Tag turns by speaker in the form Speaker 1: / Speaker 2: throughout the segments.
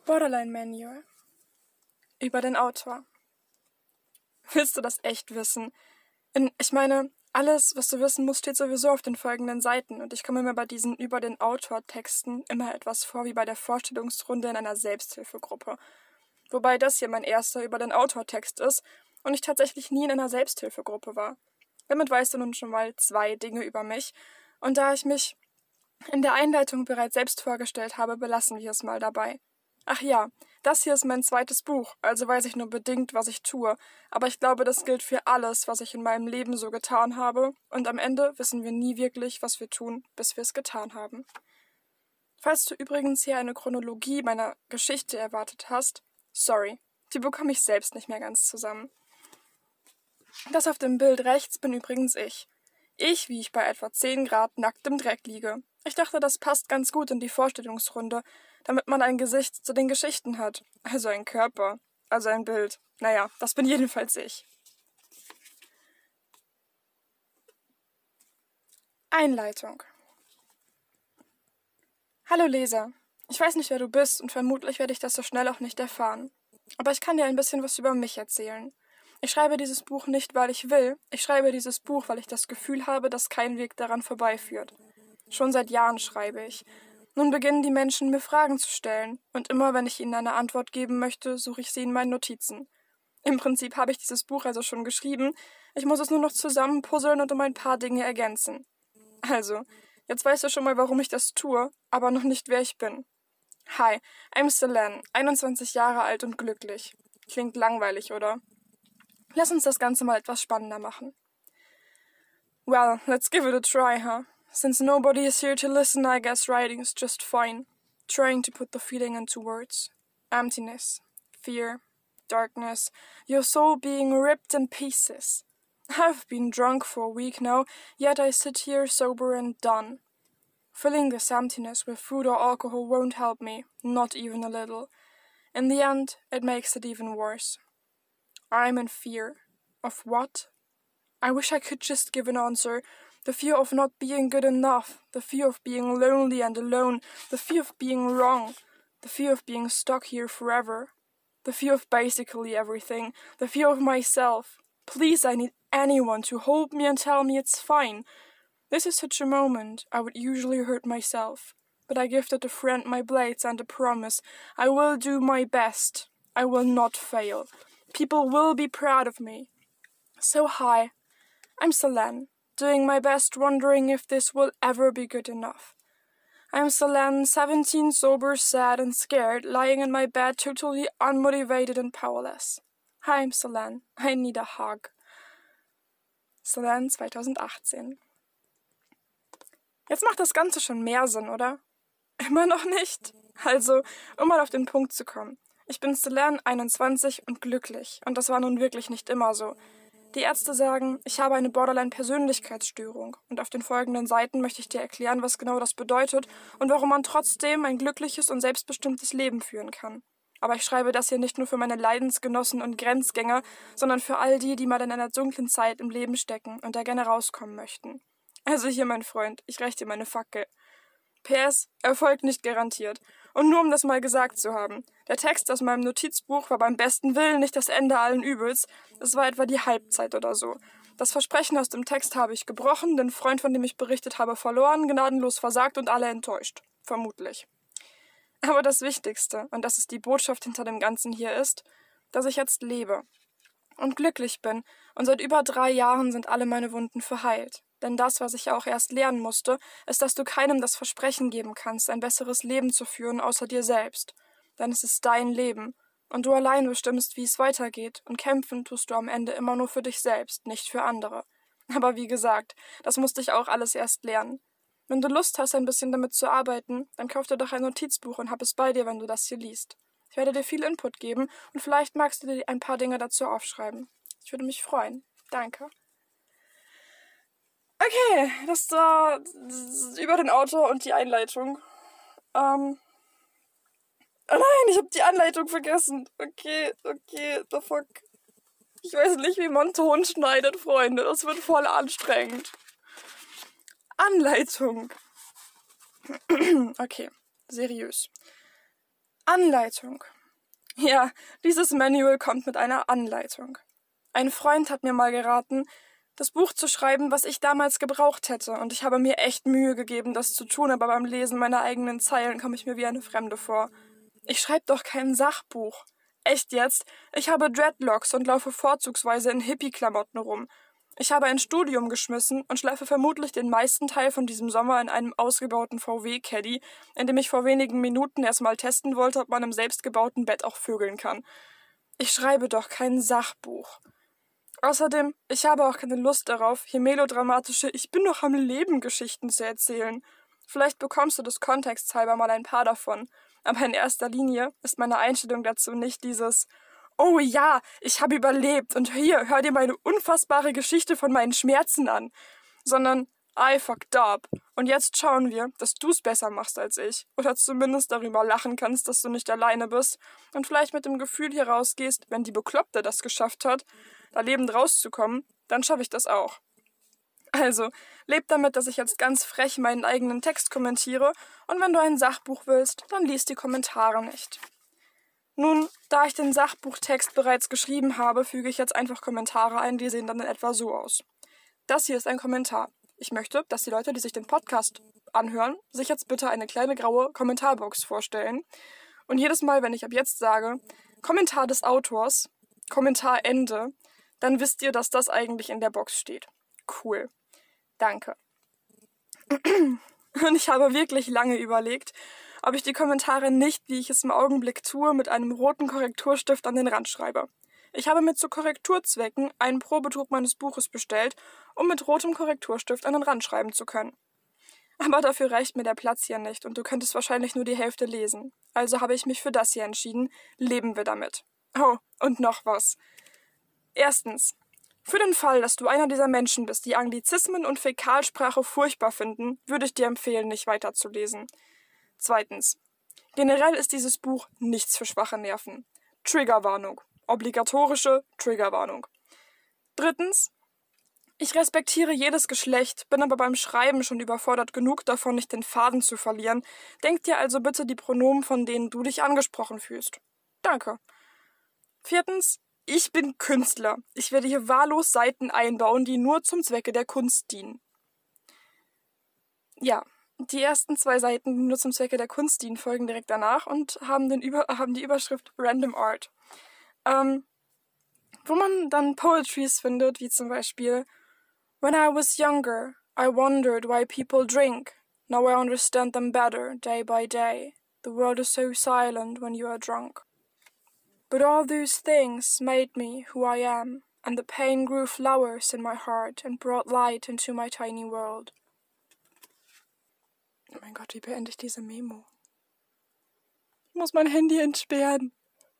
Speaker 1: Borderline Manual. Über den Autor. Willst du das echt wissen? Ich meine, alles, was du wissen musst, steht sowieso auf den folgenden Seiten und ich komme mir bei diesen über den Autor-Texten immer etwas vor wie bei der Vorstellungsrunde in einer Selbsthilfegruppe. Wobei das hier mein erster über den Autor-Text ist und ich tatsächlich nie in einer Selbsthilfegruppe war. Damit weißt du nun schon mal 2 Dinge über mich und da ich mich in der Einleitung bereits selbst vorgestellt habe, belassen wir es mal dabei. Ach ja, das hier ist mein 2. Buch, also weiß ich nur bedingt, was ich tue, aber ich glaube, das gilt für alles, was ich in meinem Leben so getan habe, und am Ende wissen wir nie wirklich, was wir tun, bis wir es getan haben. Falls du übrigens hier eine Chronologie meiner Geschichte erwartet hast, sorry, die bekomme ich selbst nicht mehr ganz zusammen. Das auf dem Bild rechts bin übrigens ich. Ich, wie ich bei etwa 10 Grad nackt im Dreck liege. Ich dachte, das passt ganz gut in die Vorstellungsrunde, damit man ein Gesicht zu den Geschichten hat. Also ein Körper, also ein Bild. Naja, das bin jedenfalls ich. Einleitung. Hallo Leser. Ich weiß nicht, wer du bist und vermutlich werde ich das so schnell auch nicht erfahren. Aber ich kann dir ein bisschen was über mich erzählen. Ich schreibe dieses Buch nicht, weil ich will. Ich schreibe dieses Buch, weil ich das Gefühl habe, dass kein Weg daran vorbeiführt. Schon seit Jahren schreibe ich. Nun beginnen die Menschen, mir Fragen zu stellen, und immer, wenn ich ihnen eine Antwort geben möchte, suche ich sie in meinen Notizen. Im Prinzip habe ich dieses Buch also schon geschrieben, ich muss es nur noch zusammenpuzzeln und um ein paar Dinge ergänzen. Also, jetzt weißt du schon mal, warum ich das tue, aber noch nicht, wer ich bin. Hi, I'm Selene, 21 Jahre alt und glücklich. Klingt langweilig, oder? Lass uns das Ganze mal etwas spannender machen. Well, let's give it a try, huh? Since nobody is here to listen, I guess writing is just fine. Trying to put the feeling into words. Emptiness, fear, darkness, your soul being ripped in pieces. I've been drunk for a week now, yet I sit here sober and done. Filling this emptiness with food or alcohol won't help me, not even a little. In the end, it makes it even worse. I'm in fear. Of what? I wish I could just give an answer. The fear of not being good enough, the fear of being lonely and alone, the fear of being wrong, the fear of being stuck here forever, the fear of basically everything, the fear of myself. Please, I need anyone to hold me and tell me it's fine. This is such a moment. I would usually hurt myself, but I gifted a friend my blades and a promise. I will do my best. I will not fail. People will be proud of me. So hi, I'm Selene, doing my best, wondering if this will ever be good enough. I'm Selene, 17, sober, sad and scared, lying in my bed, totally unmotivated and powerless. Hi, I'm Selene. I need a hug. Selene 2018. Jetzt macht das Ganze schon mehr Sinn, oder? Immer noch nicht? Also, um mal auf den Punkt zu kommen. Ich bin Selene, 21 und glücklich. Und das war nun wirklich nicht immer so. Die Ärzte sagen, ich habe eine Borderline-Persönlichkeitsstörung. Und auf den folgenden Seiten möchte ich dir erklären, was genau das bedeutet und warum man trotzdem ein glückliches und selbstbestimmtes Leben führen kann. Aber ich schreibe das hier nicht nur für meine Leidensgenossen und Grenzgänger, sondern für all die, die mal in einer dunklen Zeit im Leben stecken und da gerne rauskommen möchten. Also hier, mein Freund, ich reiche dir meine Fackel. PS, Erfolg nicht garantiert. Und nur um das mal gesagt zu haben, der Text aus meinem Notizbuch war beim besten Willen nicht das Ende allen Übels, es war etwa die Halbzeit oder so. Das Versprechen aus dem Text habe ich gebrochen, den Freund, von dem ich berichtet habe, verloren, gnadenlos versagt und alle enttäuscht. Vermutlich. Aber das Wichtigste, und das ist die Botschaft hinter dem Ganzen hier, ist, dass ich jetzt lebe und glücklich bin, und seit über 3 Jahren sind alle meine Wunden verheilt. Denn das, was ich ja auch erst lernen musste, ist, dass du keinem das Versprechen geben kannst, ein besseres Leben zu führen, außer dir selbst. Denn es ist dein Leben, und du allein bestimmst, wie es weitergeht, und kämpfen tust du am Ende immer nur für dich selbst, nicht für andere. Aber wie gesagt, das musste ich auch alles erst lernen. Wenn du Lust hast, ein bisschen damit zu arbeiten, dann kauf dir doch ein Notizbuch und hab es bei dir, wenn du das hier liest. Ich werde dir viel Input geben, und vielleicht magst du dir ein paar Dinge dazu aufschreiben. Ich würde mich freuen. Danke. Okay, das war über den Autor und die Einleitung. Oh nein, ich habe die Anleitung vergessen. Okay, the fuck. Ich weiß nicht, wie man Ton schneidet, Freunde. Das wird voll anstrengend. Anleitung. Okay, seriös. Anleitung. Ja, dieses Manual kommt mit einer Anleitung. Ein Freund hat mir mal geraten, das Buch zu schreiben, was ich damals gebraucht hätte, und ich habe mir echt Mühe gegeben, das zu tun, aber beim Lesen meiner eigenen Zeilen komme ich mir wie eine Fremde vor. Ich schreibe doch kein Sachbuch. Echt jetzt? Ich habe Dreadlocks und laufe vorzugsweise in Hippie-Klamotten rum. Ich habe ein Studium geschmissen und schlafe vermutlich den meisten Teil von diesem Sommer in einem ausgebauten VW-Caddy, in dem ich vor wenigen Minuten erst mal testen wollte, ob man im selbstgebauten Bett auch vögeln kann. Ich schreibe doch kein Sachbuch. Außerdem, ich habe auch keine Lust darauf, hier melodramatische Ich bin noch am Leben Geschichten zu erzählen. Vielleicht bekommst du des Kontexts halber mal ein paar davon, aber in erster Linie ist meine Einstellung dazu nicht dieses Oh ja, ich habe überlebt und hier, hör dir meine unfassbare Geschichte von meinen Schmerzen an, sondern I fucked up und jetzt schauen wir, dass du's besser machst als ich oder zumindest darüber lachen kannst, dass du nicht alleine bist und vielleicht mit dem Gefühl hier rausgehst, wenn die Bekloppte das geschafft hat, da lebend rauszukommen, dann schaffe ich das auch. Also, leb damit, dass ich jetzt ganz frech meinen eigenen Text kommentiere und wenn du ein Sachbuch willst, dann lies die Kommentare nicht. Nun, da ich den Sachbuchtext bereits geschrieben habe, füge ich jetzt einfach Kommentare ein, die sehen dann in etwa so aus. Das hier ist ein Kommentar. Ich möchte, dass die Leute, die sich den Podcast anhören, sich jetzt bitte eine kleine graue Kommentarbox vorstellen. Und jedes Mal, wenn ich ab jetzt sage, Kommentar des Autors, Kommentar Ende, dann wisst ihr, dass das eigentlich in der Box steht. Cool. Danke. Und ich habe wirklich lange überlegt, ob ich die Kommentare nicht, wie ich es im Augenblick tue, mit einem roten Korrekturstift an den Rand schreibe. Ich habe mir zu Korrekturzwecken einen Probedruck meines Buches bestellt, um mit rotem Korrekturstift an den Rand schreiben zu können. Aber dafür reicht mir der Platz hier nicht und du könntest wahrscheinlich nur die Hälfte lesen. Also habe ich mich für das hier entschieden. Leben wir damit. Oh, und noch was. Erstens. Für den Fall, dass du einer dieser Menschen bist, die Anglizismen und Fäkalsprache furchtbar finden, würde ich dir empfehlen, nicht weiterzulesen. Zweitens. Generell ist dieses Buch nichts für schwache Nerven. Triggerwarnung. Obligatorische Triggerwarnung. Drittens. Ich respektiere jedes Geschlecht, bin aber beim Schreiben schon überfordert genug davon, nicht den Faden zu verlieren. Denk dir also bitte die Pronomen, von denen du dich angesprochen fühlst. Danke. Viertens. Ich bin Künstler. Ich werde hier wahllos Seiten einbauen, die nur zum Zwecke der Kunst dienen. Ja, die ersten 2 Seiten, die nur zum Zwecke der Kunst dienen, folgen direkt danach und haben die Überschrift Random Art. Wo man dann Poetries findet, wie zum Beispiel When I was younger, I wondered why people drink. Now I understand them better, day by day. The world is so silent when you are drunk. But all these things made me who I am, and the pain grew flowers in my heart and brought light into my tiny world. Oh mein Gott, wie beende ich diese Memo? Ich muss mein Handy entsperren.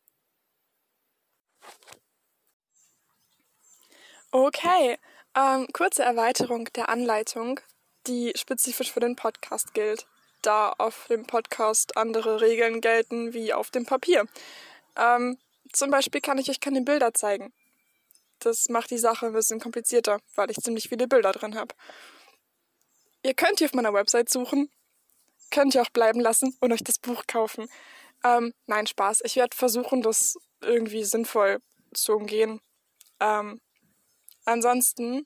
Speaker 1: Okay, kurze Erweiterung der Anleitung, die spezifisch für den Podcast gilt, da auf dem Podcast andere Regeln gelten wie auf dem Papier. Zum Beispiel kann ich euch keine Bilder zeigen. Das macht die Sache ein bisschen komplizierter, weil ich ziemlich viele Bilder drin habe. Ihr könnt hier auf meiner Website suchen, könnt ihr auch bleiben lassen und euch das Buch kaufen. Nein, Spaß. Ich werde versuchen, das irgendwie sinnvoll zu umgehen. Ansonsten,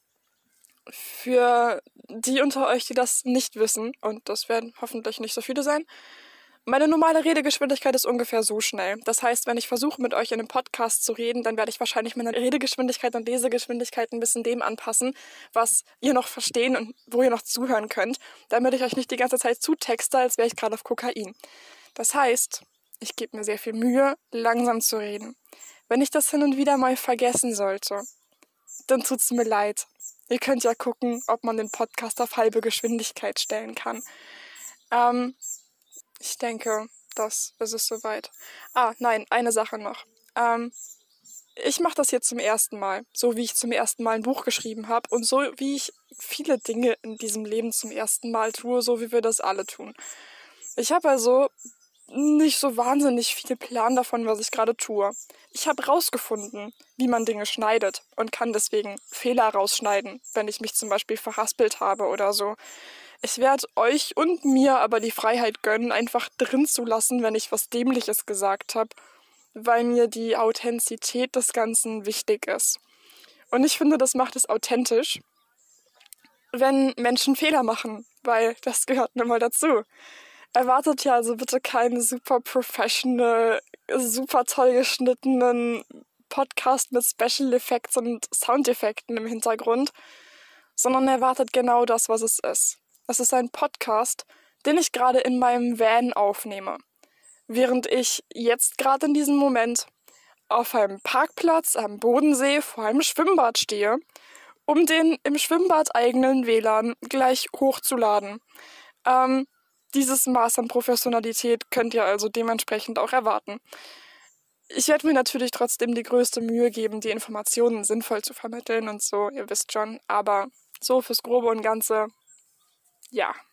Speaker 1: für die unter euch, die das nicht wissen, und das werden hoffentlich nicht so viele sein, meine normale Redegeschwindigkeit ist ungefähr so schnell. Das heißt, wenn ich versuche, mit euch in einem Podcast zu reden, dann werde ich wahrscheinlich meine Redegeschwindigkeit und Lesegeschwindigkeit ein bisschen dem anpassen, was ihr noch verstehen und wo ihr noch zuhören könnt, damit ich euch nicht die ganze Zeit zutexte, als wäre ich gerade auf Kokain. Das heißt, ich gebe mir sehr viel Mühe, langsam zu reden. Wenn ich das hin und wieder mal vergessen sollte, dann tut's mir leid. Ihr könnt ja gucken, ob man den Podcast auf halbe Geschwindigkeit stellen kann. Ich denke, das ist es soweit. Nein, eine Sache noch. Ich mache das jetzt zum ersten Mal, so wie ich zum ersten Mal ein Buch geschrieben habe und so wie ich viele Dinge in diesem Leben zum ersten Mal tue, so wie wir das alle tun. Ich habe also nicht so wahnsinnig viel Plan davon, was ich gerade tue. Ich habe rausgefunden, wie man Dinge schneidet und kann deswegen Fehler rausschneiden, wenn ich mich zum Beispiel verhaspelt habe oder so. Ich werde euch und mir aber die Freiheit gönnen, einfach drin zu lassen, wenn ich was Dämliches gesagt habe, weil mir die Authentizität des Ganzen wichtig ist. Und ich finde, das macht es authentisch, wenn Menschen Fehler machen, weil das gehört nun mal dazu. Erwartet ja also bitte keinen super professional, super toll geschnittenen Podcast mit Special Effects und Soundeffekten im Hintergrund, sondern erwartet genau das, was es ist. Es ist ein Podcast, den ich gerade in meinem Van aufnehme, während ich jetzt gerade in diesem Moment auf einem Parkplatz am Bodensee vor einem Schwimmbad stehe, um den im Schwimmbad eigenen WLAN gleich hochzuladen. Dieses Maß an Professionalität könnt ihr also dementsprechend auch erwarten. Ich werde mir natürlich trotzdem die größte Mühe geben, die Informationen sinnvoll zu vermitteln und so, ihr wisst schon, aber so fürs Grobe und Ganze, ja.